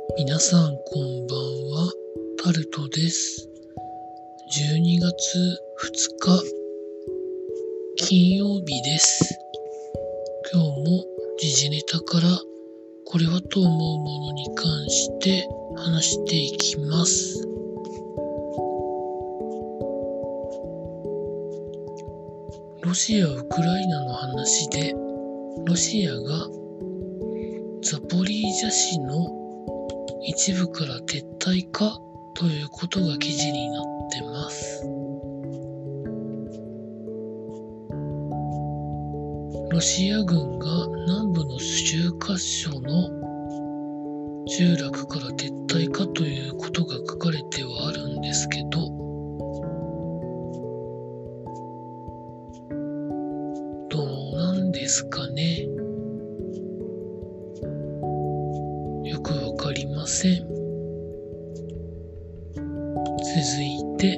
皆さんこんばんは、タルトです。12月2日金曜日です。今日も時事ネタからこれはと思うものに関して話していきます。ロシア・ウクライナの話で、ロシアがザポリージャ市の一部から撤退かということが記事になってます。ロシア軍が南部の数カ所の集落から撤退かということが書かれてはあるんですけど、どうなんですかね。よくわかりません。続いて、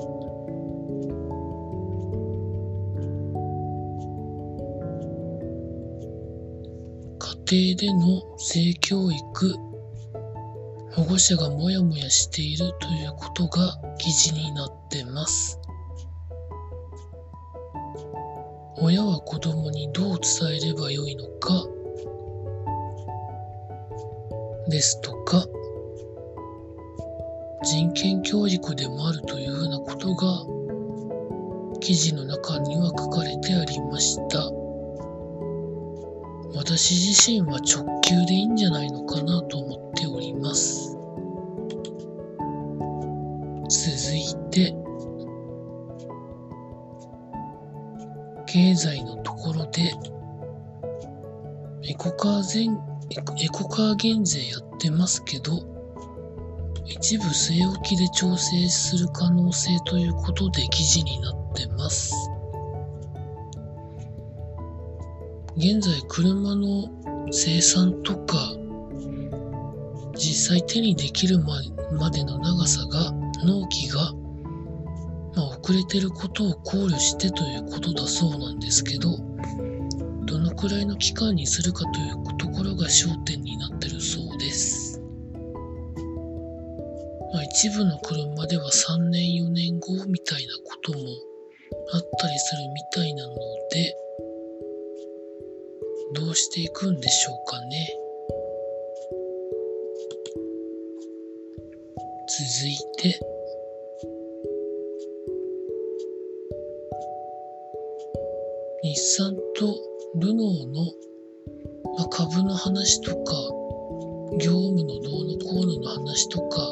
家庭での性教育、保護者がモヤモヤしているということが記事になってます。親は子供にどう伝えればよいのかですとか、人権教育でもあるというふうなことが記事の中には書かれてありました。私自身は直球でいいんじゃないのかなと思っております。続いて、経済のところでエコカー減税やってますけど、一部据え置きで調整する可能性ということで記事になってます。現在車の生産とか実際手にできるまでの長さが納期が遅れていることを考慮してということだそうなんですけど、どのくらいの期間にするかというところが焦点になっているそうです。一部の車では3年4年後みたいなこともあったりするみたいなので、どうしていくんでしょうかね。続いて、日産とルノーの株の話とか、業務のどうのこうのの話とか、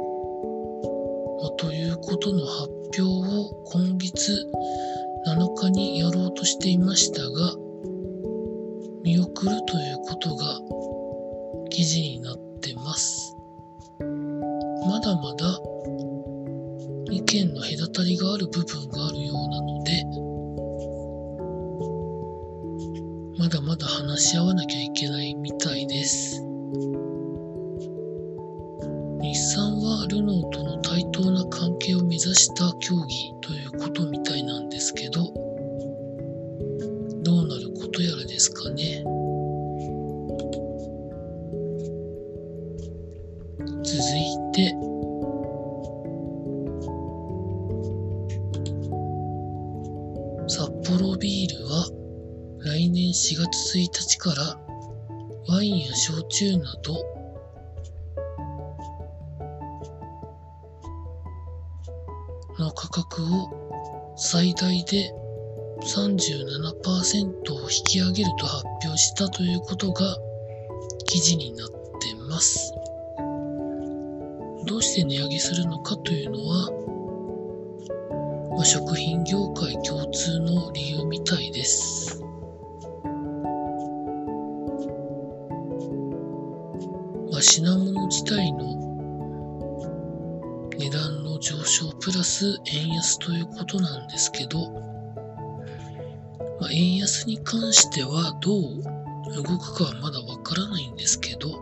ということの発表を今月7日にやろうとしていましたが、見送るということが記事になってます。まだまだ意見の隔たりがある部分があるようなので、まだまだ話し合わなきゃいけないみたいです。日産はルノーとの対等な関係を目指した協議ということみたいなんですけど、どうなることやらですかね。続いて、札幌ビールは来年4月1日からワインや焼酎などの価格を最大で 37% を引き上げると発表したということが記事になっています。どうして値上げするのかというのは、食品業界共通の理由みたいです。品物自体の値段の上昇プラス円安ということなんですけど、円安に関してはどう動くかはまだわからないんですけど、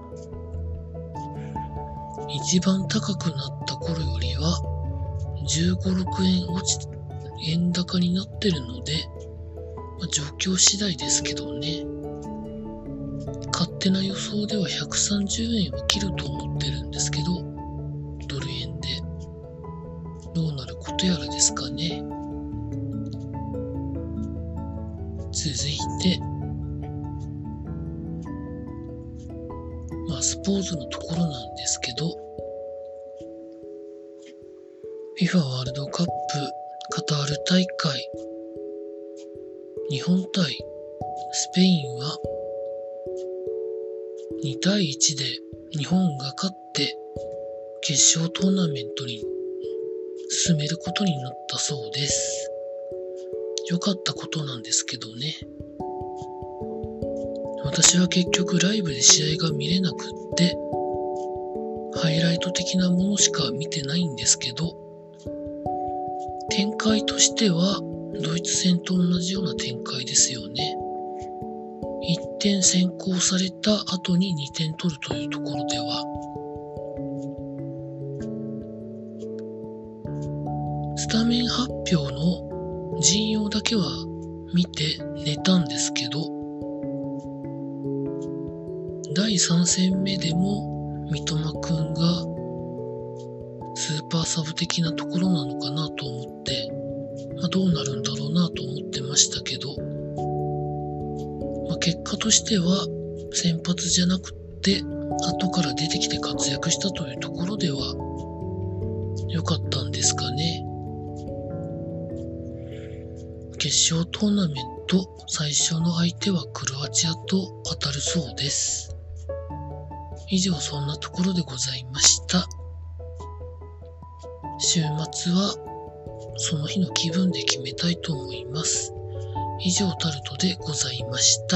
一番高くなった頃よりは15、6円円高になってるので、状況次第ですけどね。買って手な予想では130円を切ると思ってるんですけど、ドル円でどうなることやらですかね。続いて、スポーツのところなんですけど、FIFA ワールドカップカタール大会、日本対スペインは2対1で日本が勝って決勝トーナメントに進めることになったそうです。良かったことなんですけどね。私は結局ライブで試合が見れなくって、ハイライト的なものしか見てないんですけど、展開としてはドイツ戦と同じような展開ですよね。1点先行された後に2点取るというところでは、スタメン発表の陣容だけは見て寝たんですけど、第3戦目でも三笘くんがスーパーサブ的なところなのかなと思って、どうなるんだろうなと思ってましたけど、結果としては先発じゃなくって後から出てきて活躍したというところでは良かったんですかね。決勝トーナメント最初の相手はクロアチアと当たるそうです。以上、そんなところでございました。週末はその日の気分で決めたいと思います。以上、タルトでございました。